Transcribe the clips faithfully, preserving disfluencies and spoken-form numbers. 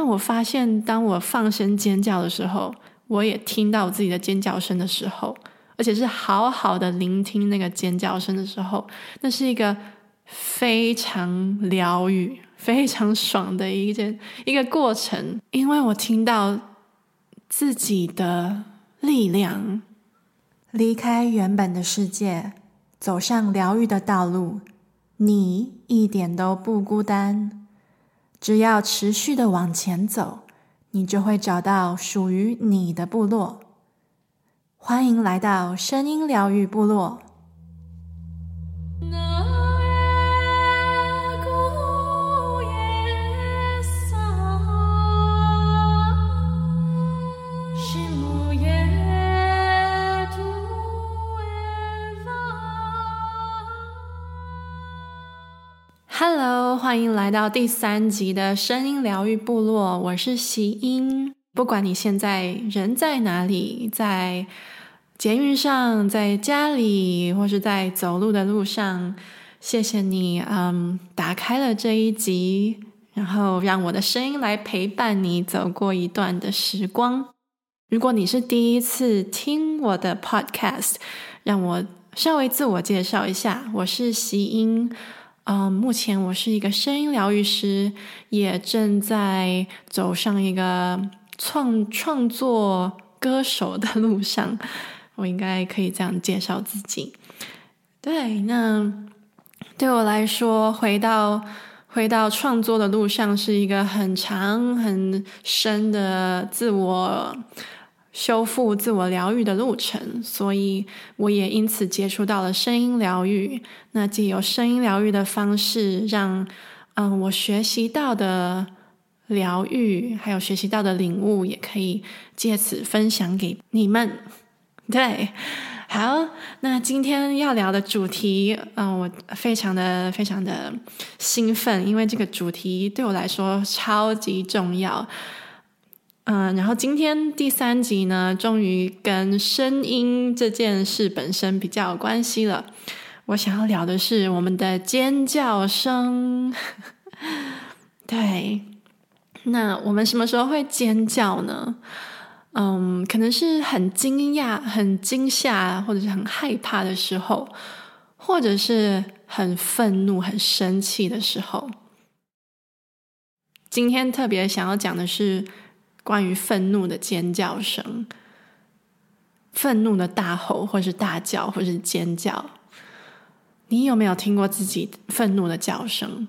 我发现当我放声尖叫的时候，我也听到自己的尖叫声的时候，而且是好好的聆听那个尖叫声的时候，那是一个非常疗愈非常爽的一件一个过程。因为我听到自己的力量， 离开原本的世界，走上疗愈的道路，你一点都不孤单。只要持续的往前走，你就会找到属于你的部落。欢迎来到声音疗愈部落。 Hello， 欢迎来到第三集的声音疗愈部落，我是席音。不管你现在人在哪里，在捷运上，在家里，或是在走路的路上，谢谢你嗯，打开了这一集，然后让我的声音来陪伴你走过一段的时光。如果你是第一次听我的 podcast， 让我稍微自我介绍一下，我是席音。嗯，目前我是一个声音疗愈师，也正在走上一个创创作歌手的路上，我应该可以这样介绍自己。对，那对我来说，回到回到创作的路上是一个很长很深的自我修复、自我疗愈的路程，所以我也因此接触到了声音疗愈。那藉由声音疗愈的方式，让嗯我学习到的疗愈，还有学习到的领悟，也可以借此分享给你们。对，好，那今天要聊的主题，嗯，我非常的非常的兴奋，因为这个主题对我来说超级重要。嗯，然后今天第三集呢，终于跟声音这件事本身比较有关系了。我想要聊的是我们的尖叫声。对，那我们什么时候会尖叫呢？嗯，可能是很惊讶、很惊吓，或者是很害怕的时候，或者是很愤怒、很生气的时候。今天特别想要讲的是关于愤怒的尖叫声，愤怒的大吼，或是大叫，或是尖叫。你有没有听过自己愤怒的叫声？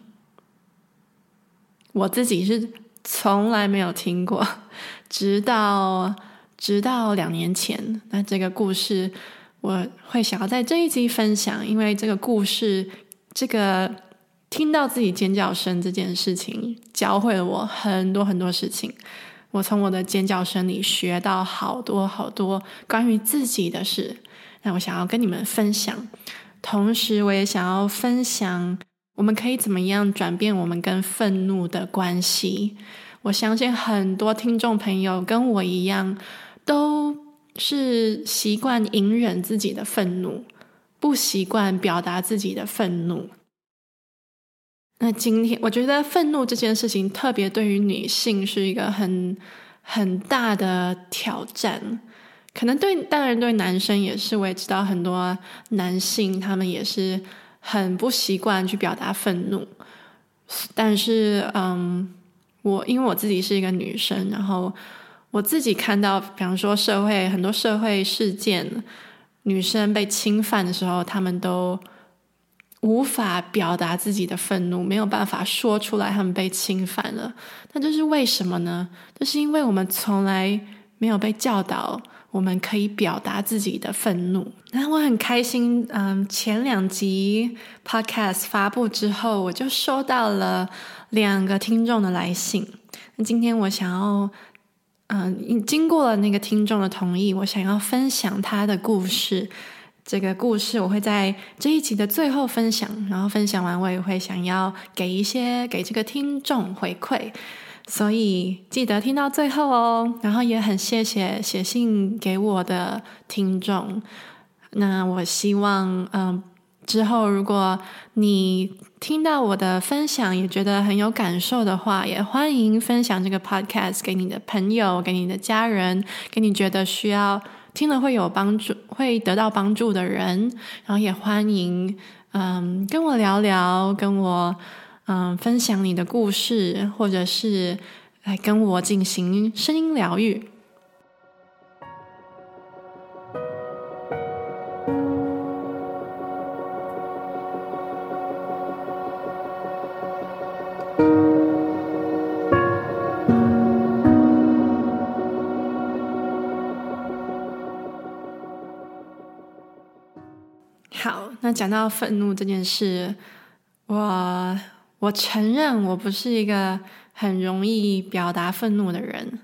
我自己是从来没有听过，直到直到两年前。那这个故事我会想要在这一集分享，因为这个故事，这个听到自己尖叫声这件事情，教会了我很多很多事情。我从我的尖叫声里学到好多好多关于自己的事，那我想要跟你们分享。同时我也想要分享我们可以怎么样转变我们跟愤怒的关系。我相信很多听众朋友跟我一样，都是习惯隐忍自己的愤怒，不习惯表达自己的愤怒。那今天我觉得愤怒这件事情特别对于女性是一个很很大的挑战，可能对当然对男生也是。我也知道很多男性他们也是很不习惯去表达愤怒，但是嗯，我因为我自己是一个女生，然后我自己看到比方说社会很多社会事件，女生被侵犯的时候，他们都无法表达自己的愤怒，没有办法说出来他们被侵犯了。那这是为什么呢？这是因为我们从来没有被教导我们可以表达自己的愤怒。那我很开心，嗯，前两集 podcast 发布之后，我就收到了两个听众的来信。那今天我想要嗯，经过了那个听众的同意，我想要分享他的故事。这个故事我会在这一集的最后分享，然后分享完我也会想要给一些给这个听众回馈，所以记得听到最后哦。然后也很谢谢写信给我的听众，那我希望嗯， 之后如果你听到我的分享也觉得很有感受的话，也欢迎分享这个 podcast 给你的朋友，给你的家人，给你觉得需要听了会有帮助会得到帮助的人。然后也欢迎嗯跟我聊聊，跟我嗯分享你的故事，或者是来跟我进行声音疗愈。好，那讲到愤怒这件事，我我承认我不是一个很容易表达愤怒的人。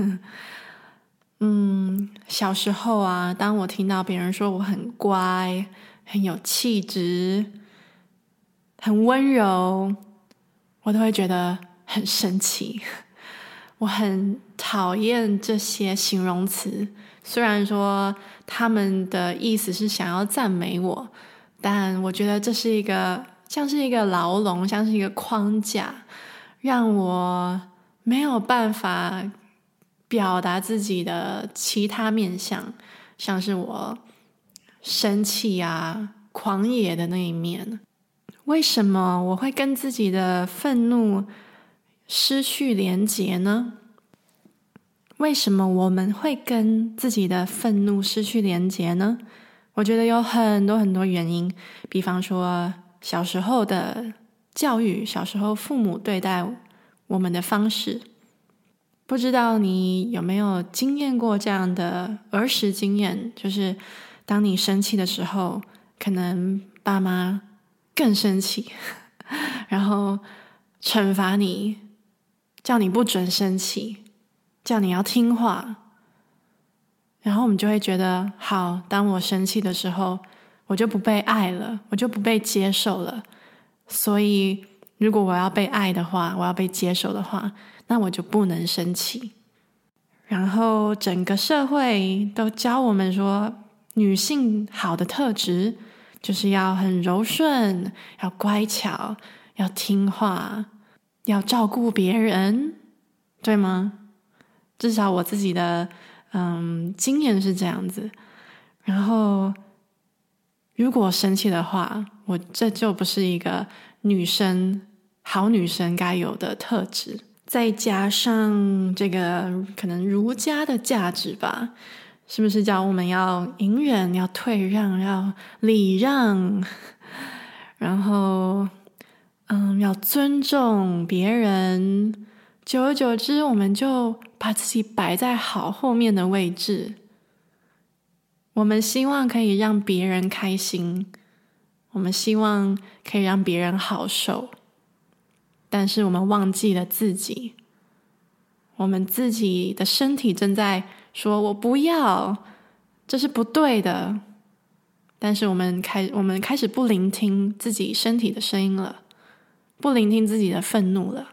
嗯，小时候啊，当我听到别人说我很乖、很有气质、很温柔，我都会觉得很生气。我很讨厌这些形容词，虽然说他们的意思是想要赞美我，但我觉得这是一个像是一个牢笼，像是一个框架，让我没有办法表达自己的其他面向，像是我生气啊、狂野的那一面。为什么我会跟自己的愤怒失去连结呢？为什么我们会跟自己的愤怒失去连结呢？我觉得有很多很多原因，比方说小时候的教育，小时候父母对待我们的方式。不知道你有没有经验过这样的儿时经验，就是当你生气的时候，可能爸妈更生气，然后惩罚你，叫你不准生气，叫你要听话，然后我们就会觉得，好，当我生气的时候，我就不被爱了，我就不被接受了。所以如果我要被爱的话，我要被接受的话，那我就不能生气。然后整个社会都教我们说，女性好的特质就是要很柔顺，要乖巧，要听话，要照顾别人，对吗？至少我自己的嗯经验是这样子。然后如果生气的话，我这就不是一个女生好女生该有的特质。再加上这个可能儒家的价值吧，是不是叫我们要隐忍，要退让，要礼让，然后嗯要尊重别人。久而久之，我们就把自己摆在好后面的位置。我们希望可以让别人开心，我们希望可以让别人好受，但是我们忘记了自己。我们自己的身体正在说我不要，这是不对的，但是我们开我们开始不聆听自己身体的声音了，不聆听自己的愤怒了。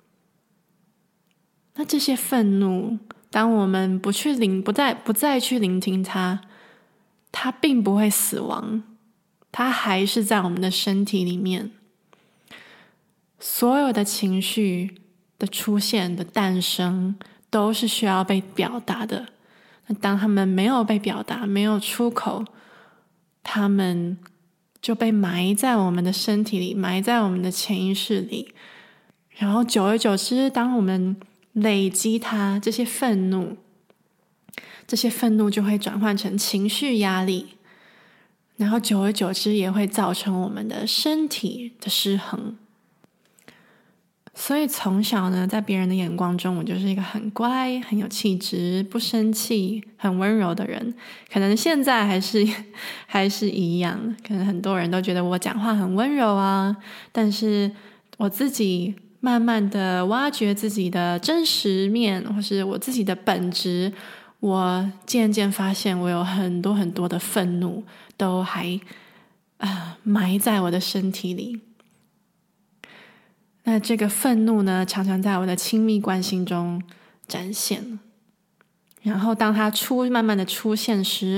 那这些愤怒，当我们不去聆不再不再去聆听它，它并不会死亡，它还是在我们的身体里面。所有的情绪的出现的诞生都是需要被表达的。那当他们没有被表达，没有出口，他们就被埋在我们的身体里，埋在我们的潜意识里。然后久而久之，当我们累积它，这些愤怒，这些愤怒就会转换成情绪压力，然后久而久之也会造成我们的身体的失衡。所以从小呢，在别人的眼光中，我就是一个很乖、很有气质、不生气、很温柔的人。可能现在还是还是一样，可能很多人都觉得我讲话很温柔啊，但是我自己慢慢的挖掘自己的真实面，或是我自己的本质，我渐渐发现我有很多很多的愤怒都还、呃、埋在我的身体里。那这个愤怒呢，常常在我的亲密关系中展现。然后当它出慢慢的出现时，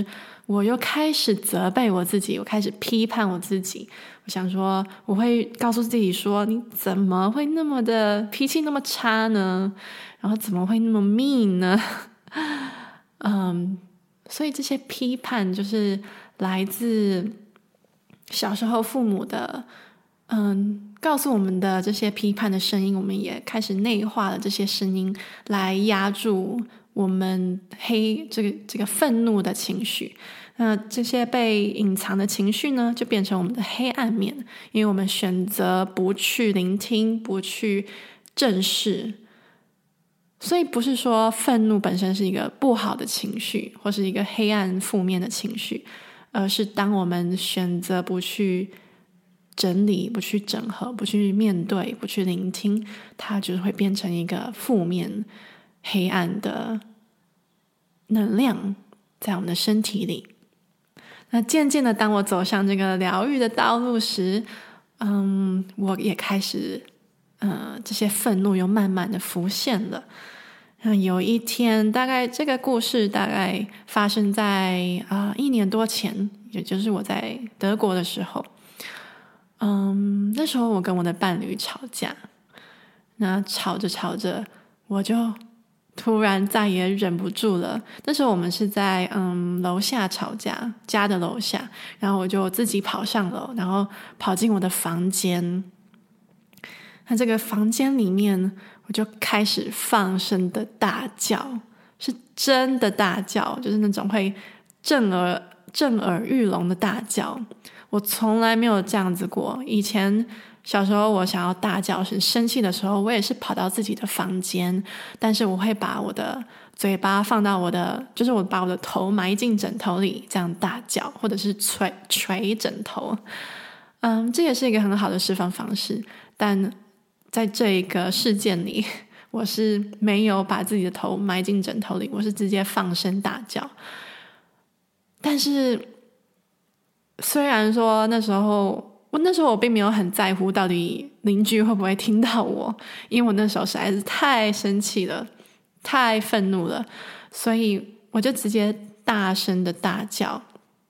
我又开始责备我自己，我开始批判我自己。我想说，我会告诉自己说，你怎么会那么的脾气那么差呢？然后怎么会那么 mean 呢？嗯，所以这些批判就是来自小时候父母的，嗯，告诉我们的这些批判的声音，我们也开始内化了这些声音，来压住我们黑这个这个愤怒的情绪。那这些被隐藏的情绪呢，就变成我们的黑暗面，因为我们选择不去聆听，不去正视。所以不是说愤怒本身是一个不好的情绪，或是一个黑暗负面的情绪，而是当我们选择不去整理，不去整合，不去面对，不去聆听，它就会变成一个负面黑暗的能量在我们的身体里。那渐渐的，当我走向这个疗愈的道路时，嗯，我也开始呃，这些愤怒又慢慢的浮现了。嗯，有一天，大概这个故事大概发生在啊、呃、一年多前，也就是我在德国的时候。嗯，那时候我跟我的伴侣吵架，那吵着吵着，我就突然再也忍不住了。那时候我们是在嗯楼下吵架，家的楼下，然后我就自己跑上楼，然后跑进我的房间。那这个房间里面，我就开始放声的大叫，是真的大叫，就是那种会震耳震耳欲聋的大叫。我从来没有这样子过。以前小时候我想要大叫，很生气的时候，我也是跑到自己的房间，但是我会把我的嘴巴放到我的，就是我把我的头埋进枕头里，这样大叫，或者是捶捶枕头。嗯，这也是一个很好的释放方式，但在这个事件里，我是没有把自己的头埋进枕头里，我是直接放声大叫。但是虽然说那时候我那时候我并没有很在乎到底邻居会不会听到我，因为我那时候实在是太生气了，太愤怒了，所以我就直接大声的大叫。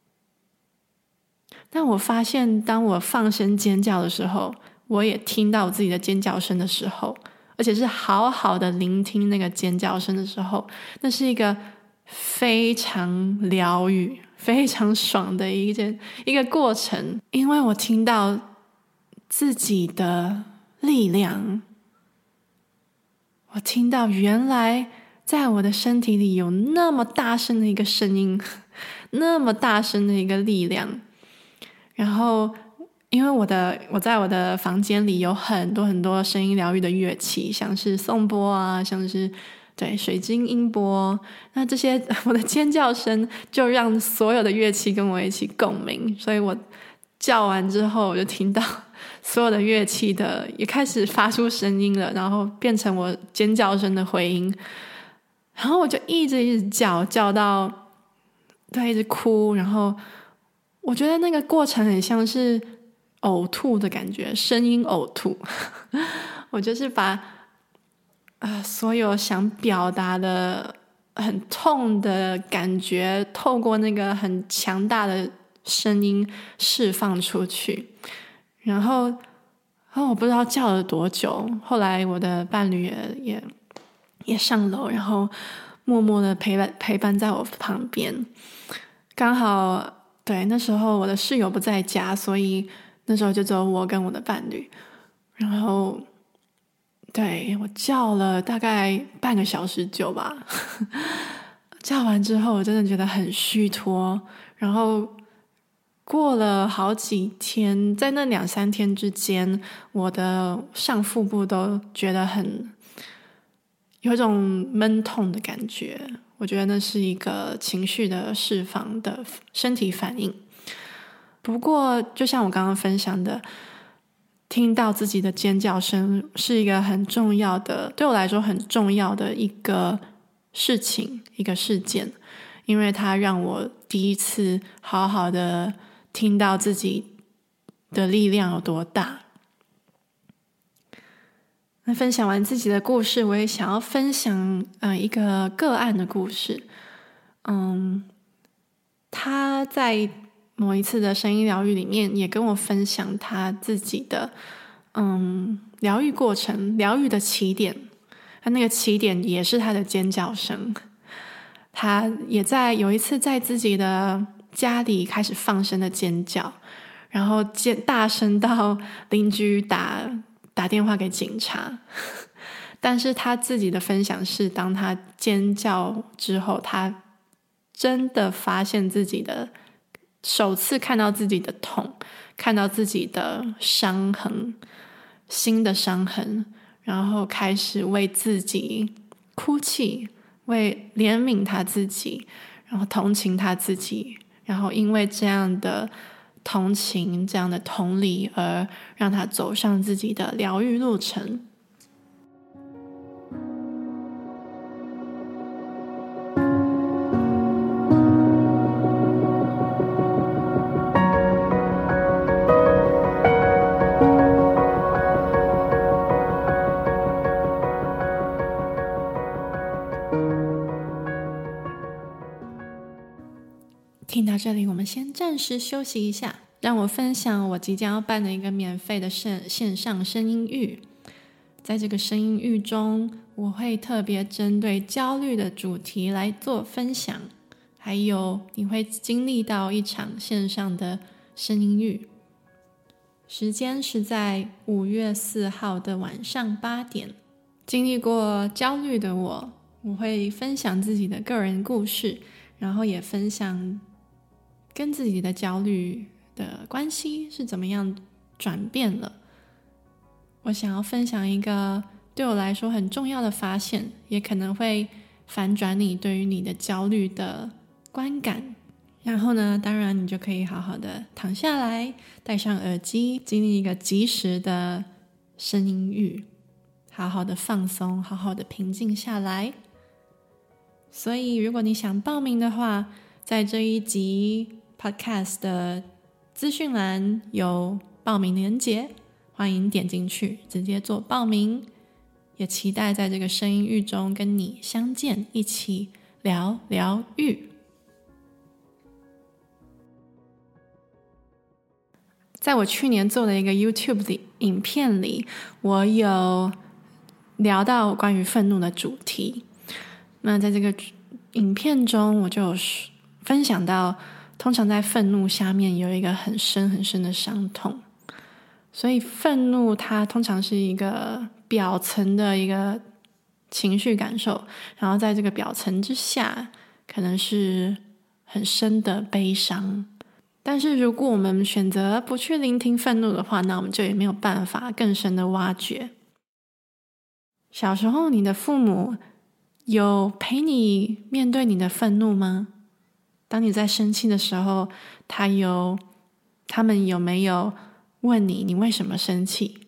但我发现当我放声尖叫的时候，我也听到自己的尖叫声的时候，而且是好好的聆听那个尖叫声的时候，那是一个非常疗愈非常爽的一件一个过程。因为我听到自己的力量，我听到原来在我的身体里有那么大声的一个声音，那么大声的一个力量。然后因为我的我在我的房间里有很多很多声音疗愈的乐器，像是颂钵啊，像是对水晶音波，那这些我的尖叫声就让所有的乐器跟我一起共鸣，所以我叫完之后，我就听到所有的乐器的也开始发出声音了，然后变成我尖叫声的回音，然后我就一直一直叫，叫到对一直哭，然后我觉得那个过程很像是呕吐的感觉，声音呕吐。我就是把呃所有想表达的很痛的感觉，透过那个很强大的声音释放出去。然后，然后我不知道叫了多久，后来我的伴侣也也也上楼，然后默默的陪伴陪伴在我旁边。刚好对，那时候我的室友不在家，所以那时候就只有我跟我的伴侣。然后对，我叫了大概半个小时久吧。叫完之后我真的觉得很虚脱，然后过了好几天，在那两三天之间，我的上腹部都觉得很有一种闷痛的感觉。我觉得那是一个情绪的释放的身体反应。不过就像我刚刚分享的，听到自己的尖叫声是一个很重要的，对我来说很重要的一个事情，一个事件，因为它让我第一次好好的听到自己的力量有多大。那分享完自己的故事，我也想要分享呃一个个案的故事。嗯， 他在某一次的声音疗愈里面也跟我分享他自己的嗯疗愈过程，疗愈的起点，他那个起点也是他的尖叫声。他也在有一次在自己的家里开始放声的尖叫，然后尖大声到邻居打打电话给警察。但是他自己的分享是，当他尖叫之后，他真的发现自己的首次看到自己的痛，看到自己的伤痕，新的伤痕，然后开始为自己哭泣，为怜悯他自己，然后同情他自己，然后因为这样的同情，这样的同理，而让他走上自己的疗愈路程。听到这里，我们先暂时休息一下，让我分享我即将要办的一个免费的线上声音域。在这个声音域中，我会特别针对焦虑的主题来做分享，还有你会经历到一场线上的声音域。时间是在五月四号的晚上八点。经历过焦虑的我，我会分享自己的个人故事，然后也分享跟自己的焦虑的关系是怎么样转变了。我想要分享一个对我来说很重要的发现，也可能会反转你对于你的焦虑的观感。然后呢，当然你就可以好好的躺下来，戴上耳机，经历一个即时的声音域，好好的放松，好好的平静下来。所以如果你想报名的话，在这一集 podcast 的资讯栏有报名连结，欢迎点进去直接做报名，也期待在这个声音域中跟你相见，一起聊疗愈。在我去年做的一个 YouTube 里影片里，我有聊到关于愤怒的主题。那在这个影片中，我就有分享到，通常在愤怒下面有一个很深很深的伤痛。所以愤怒它通常是一个表层的一个情绪感受，然后在这个表层之下可能是很深的悲伤。但是如果我们选择不去聆听愤怒的话，那我们就也没有办法更深的挖掘。小时候你的父母有陪你面对你的愤怒吗？当你在生气的时候，他有他们有没有问你你为什么生气？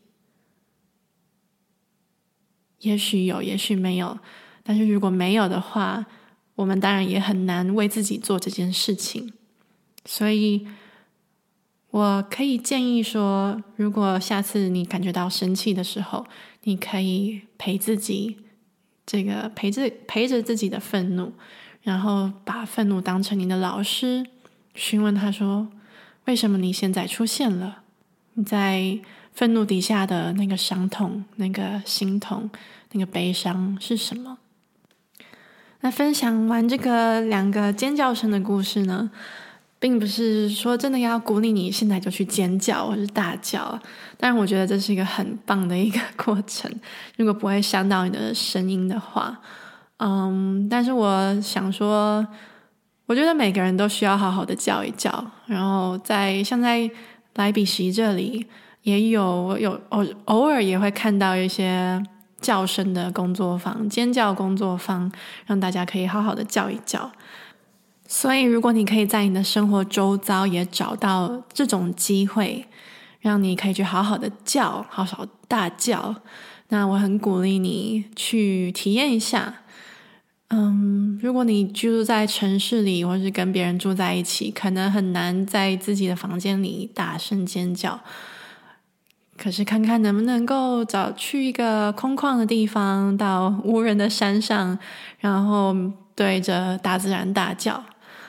也许有，也许没有。但是如果没有的话，我们当然也很难为自己做这件事情。所以我可以建议说，如果下次你感觉到生气的时候，你可以陪自己这个陪着陪着自己的愤怒，然后把愤怒当成你的老师，询问他说，为什么你现在出现了？你在愤怒底下的那个伤痛，那个心痛，那个悲伤是什么？那分享完这个两个尖叫声的故事呢，并不是说真的要鼓励你现在就去尖叫或是大叫，但是我觉得这是一个很棒的一个过程，如果不会伤到你的声音的话。嗯，但是我想说，我觉得每个人都需要好好的叫一叫，然后在像在莱比锡这里也有有偶偶尔也会看到一些叫声的工作坊，尖叫工作坊，让大家可以好好的叫一叫。所以如果你可以在你的生活周遭也找到这种机会，让你可以去好好的叫，好好大叫，那我很鼓励你去体验一下。嗯，如果你居住在城市里，或是跟别人住在一起，可能很难在自己的房间里大声尖叫。可是看看能不能够找去一个空旷的地方，到无人的山上，然后对着大自然大叫。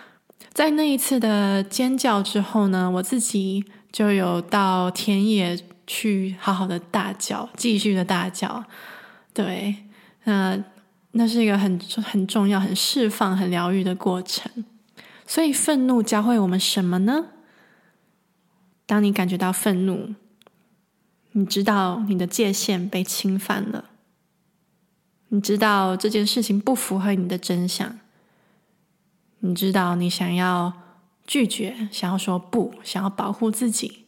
在那一次的尖叫之后呢，我自己就有到田野去好好的大叫，继续的大叫。对，那那是一个很很重要、很释放、很疗愈的过程。所以愤怒教会我们什么呢？当你感觉到愤怒，你知道你的界限被侵犯了，你知道这件事情不符合你的真相，你知道你想要拒绝，想要说不，想要保护自己。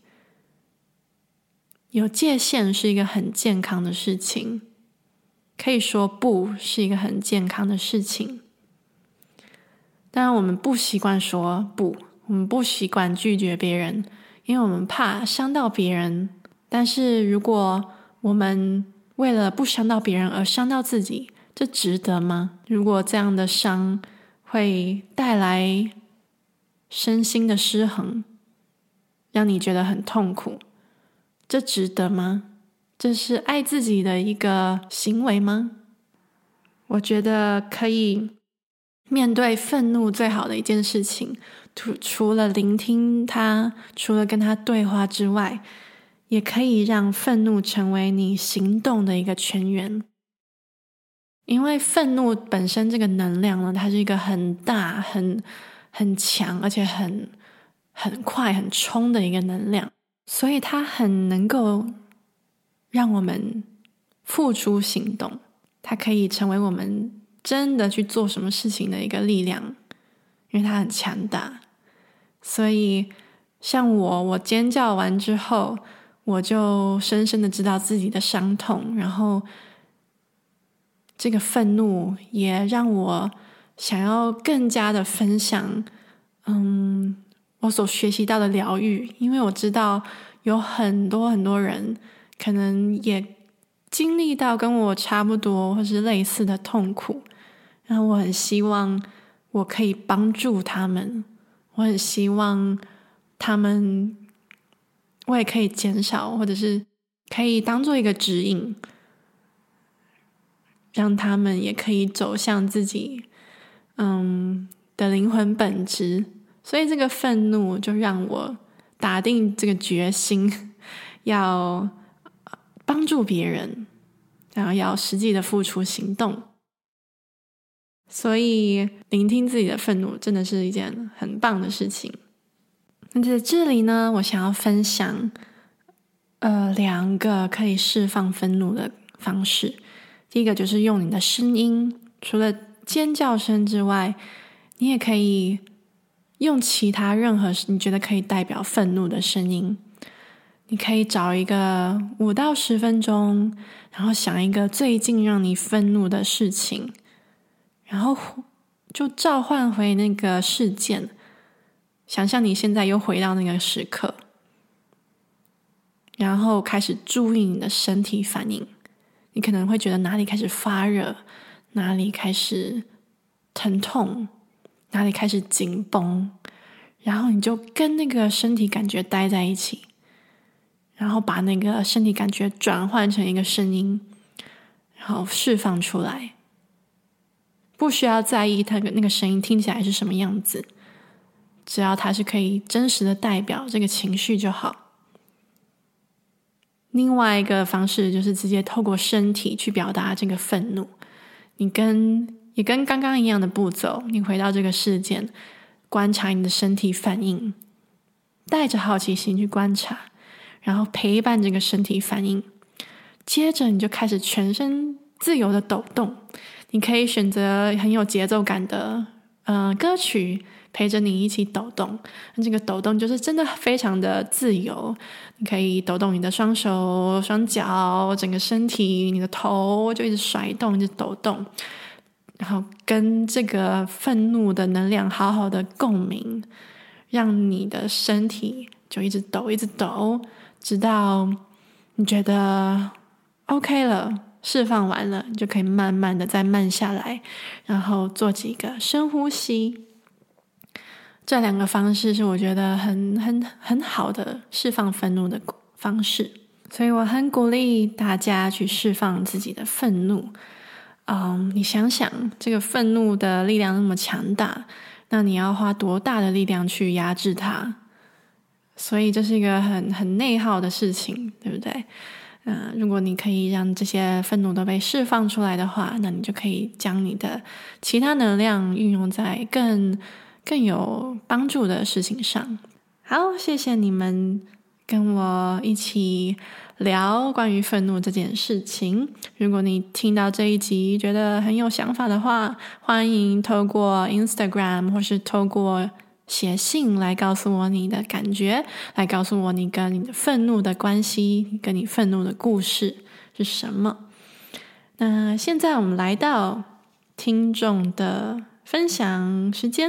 有界限是一个很健康的事情，可以说不是一个很健康的事情。当然我们不习惯说不，我们不习惯拒绝别人，因为我们怕伤到别人。但是如果我们为了不伤到别人而伤到自己，这值得吗？如果这样的伤会带来身心的失衡，让你觉得很痛苦，这值得吗？这是爱自己的一个行为吗？我觉得可以面对愤怒最好的一件事情，除了聆听它，除了跟它对话之外，也可以让愤怒成为你行动的一个泉源。因为愤怒本身这个能量呢，它是一个很大、很很强，而且很很快、很冲的一个能量，所以它很能够让我们付诸行动，它可以成为我们真的去做什么事情的一个力量，因为它很强大。所以像我我尖叫完之后，我就深深的知道自己的伤痛，然后这个愤怒也让我想要更加的分享嗯，我所学习到的疗愈。因为我知道有很多很多人可能也经历到跟我差不多或是类似的痛苦，然后我很希望我可以帮助他们，我很希望他们我也可以减少，或者是可以当做一个指引，让他们也可以走向自己嗯的灵魂本质。所以这个愤怒就让我打定这个决心，要帮助别人，然后要实际的付出行动。所以聆听自己的愤怒真的是一件很棒的事情。那在这里呢，我想要分享呃两个可以释放愤怒的方式。第一个就是用你的声音，除了尖叫声之外，你也可以用其他任何你觉得可以代表愤怒的声音。你可以找一个五到十分钟，然后想一个最近让你愤怒的事情，然后就召唤回那个事件，想象你现在又回到那个时刻，然后开始注意你的身体反应。你可能会觉得哪里开始发热，哪里开始疼痛，哪里开始紧绷，然后你就跟那个身体感觉待在一起，然后把那个身体感觉转换成一个声音，然后释放出来。不需要在意它那个声音听起来是什么样子，只要它是可以真实的代表这个情绪就好。另外一个方式就是直接透过身体去表达这个愤怒。你跟也跟刚刚一样的步骤，你回到这个事件，观察你的身体反应，带着好奇心去观察，然后陪伴这个身体反应。接着你就开始全身自由的抖动，你可以选择很有节奏感的呃歌曲陪着你一起抖动。这个抖动就是真的非常的自由，你可以抖动你的双手双脚，整个身体，你的头就一直甩动，一直抖动，然后跟这个愤怒的能量好好的共鸣，让你的身体就一直抖一直抖，直到你觉得 OK 了，释放完了，你就可以慢慢的再慢下来，然后做几个深呼吸。这两个方式是我觉得很很很好的释放愤怒的方式，所以我很鼓励大家去释放自己的愤怒。嗯，你想想，这个愤怒的力量那么强大， 那你要花多大的力量去压制它？所以这是一个很很内耗的事情，对不对？嗯、呃，如果你可以让这些愤怒都被释放出来的话，那你就可以将你的其他能量运用在更更有帮助的事情上。好，谢谢你们跟我一起聊关于愤怒这件事情。如果你听到这一集觉得很有想法的话，欢迎透过 Instagram 或是透过写信来告诉我你的感觉，来告诉我你跟你的愤怒的关系，跟你愤怒的故事是什么。那现在我们来到听众的分享时间。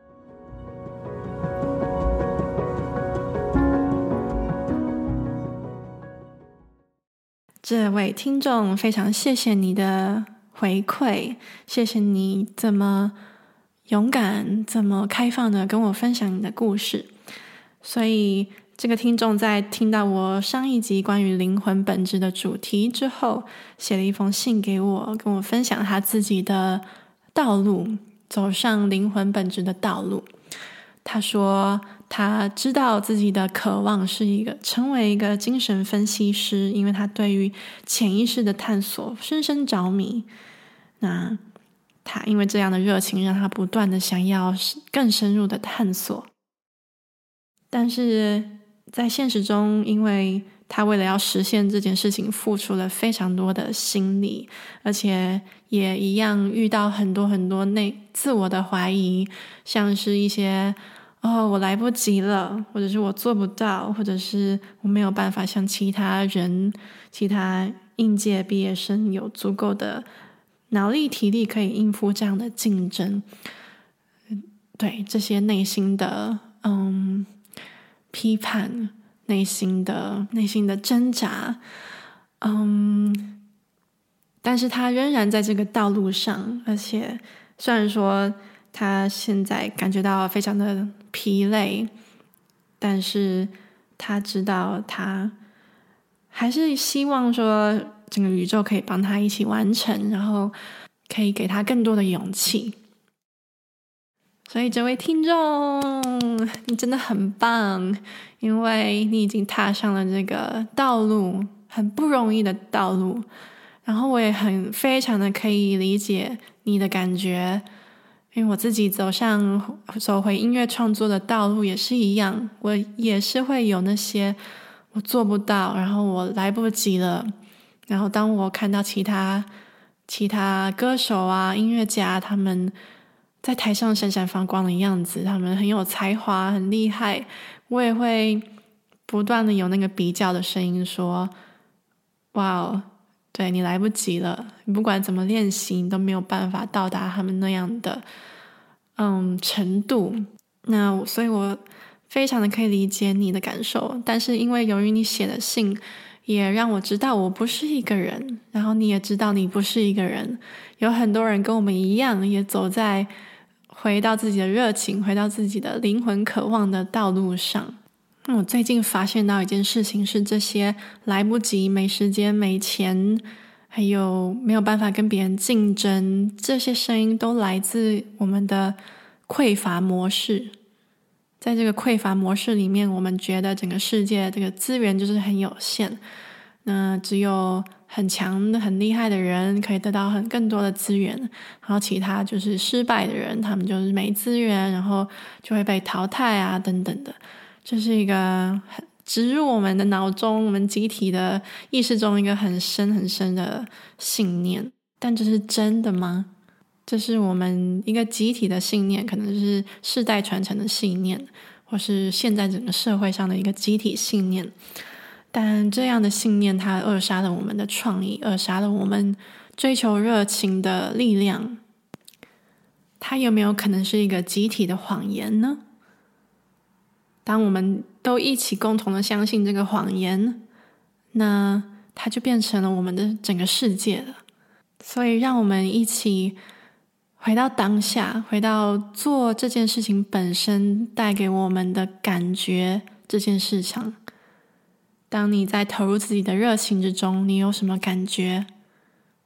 这位听众，非常谢谢你的回馈，谢谢你这么勇敢、这么开放的跟我分享你的故事。所以这个听众在听到我上一集关于灵魂本质的主题之后，写了一封信给我，跟我分享他自己的道路，走上灵魂本质的道路。他说他知道自己的渴望是一个成为一个精神分析师，因为他对于潜意识的探索深深着迷。那他因为这样的热情让他不断的想要更深入的探索，但是在现实中，因为他为了要实现这件事情付出了非常多的心力，而且也一样遇到很多很多内自我的怀疑，像是一些哦我来不及了，或者是我做不到，或者是我没有办法像其他人其他应届毕业生有足够的脑力体力可以应付这样的竞争。对，这些内心的嗯批判，内心的内心的挣扎，嗯，但是他仍然在这个道路上，而且虽然说他现在感觉到非常的疲累，但是他知道他还是希望说整个宇宙可以帮他一起完成，然后可以给他更多的勇气。所以这位听众，你真的很棒，因为你已经踏上了这个道路，很不容易的道路。然后我也很非常的可以理解你的感觉，因为我自己走上走回音乐创作的道路也是一样，我也是会有那些我做不到，然后我来不及了，然后当我看到其他其他歌手啊音乐家他们在台上闪闪发光的样子，他们很有才华很厉害，我也会不断的有那个比较的声音说，哇，对，你来不及了，你不管怎么练习你都没有办法到达他们那样的嗯程度。那所以我非常的可以理解你的感受，但是因为由于你写的信也让我知道我不是一个人，然后你也知道你不是一个人，有很多人跟我们一样也走在回到自己的热情，回到自己的灵魂渴望的道路上。我最近发现到一件事情是，这些来不及、没时间、没钱，还有没有办法跟别人竞争，这些声音都来自我们的匮乏模式。在这个匮乏模式里面，我们觉得整个世界这个资源就是很有限，那只有很强的很厉害的人可以得到很更多的资源，然后其他就是失败的人，他们就是没资源，然后就会被淘汰啊等等的。这是一个很植入我们的脑中，我们集体的意识中一个很深很深的信念。但这是真的吗？这是我们一个集体的信念，可能是世代传承的信念，或是现在整个社会上的一个集体信念。但这样的信念它扼杀了我们的创意，扼杀了我们追求热情的力量。它有没有可能是一个集体的谎言呢？当我们都一起共同的相信这个谎言，那它就变成了我们的整个世界了。所以让我们一起回到当下，回到做这件事情本身带给我们的感觉这件事上。当你在投入自己的热情之中，你有什么感觉？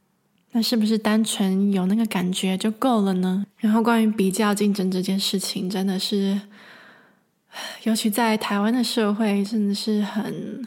那是不是单纯有那个感觉就够了呢？然后关于比较竞争这件事情，真的是尤其在台湾的社会真的是很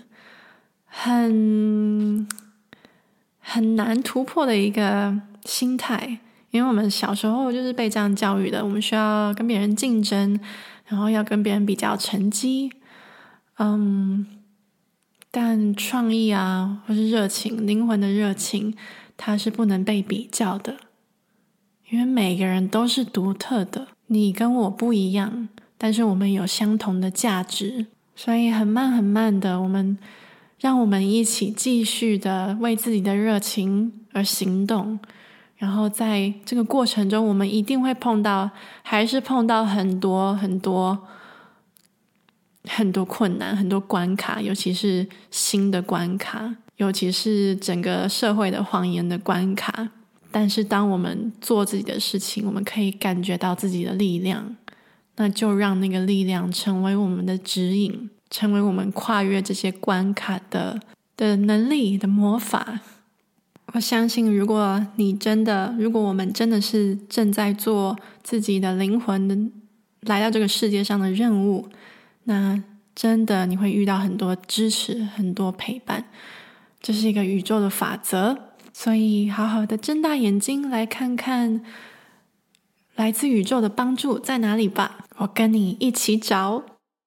很很难突破的一个心态，因为我们小时候就是被这样教育的，我们需要跟别人竞争，然后要跟别人比较成绩。嗯，但创意啊，或是热情，灵魂的热情，它是不能被比较的，因为每个人都是独特的，你跟我不一样，但是我们有相同的价值，所以很慢很慢的，我们让我们一起继续的为自己的热情而行动，然后在这个过程中，我们一定会碰到，还是碰到很多很多很多困难，很多关卡，尤其是新的关卡，尤其是整个社会的谎言的关卡。但是当我们做自己的事情，我们可以感觉到自己的力量，那就让那个力量成为我们的指引，成为我们跨越这些关卡的的能力的魔法。我相信如果你真的如果我们真的是正在做自己的灵魂的来到这个世界上的任务，那真的你会遇到很多支持，很多陪伴，这是一个宇宙的法则。所以好好的睁大眼睛来看看来自宇宙的帮助在哪里吧，我跟你一起找。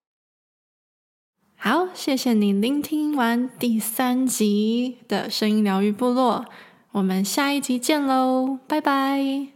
好，谢谢你聆听完第三集的声音疗愈部落，我们下一集见咯，拜拜。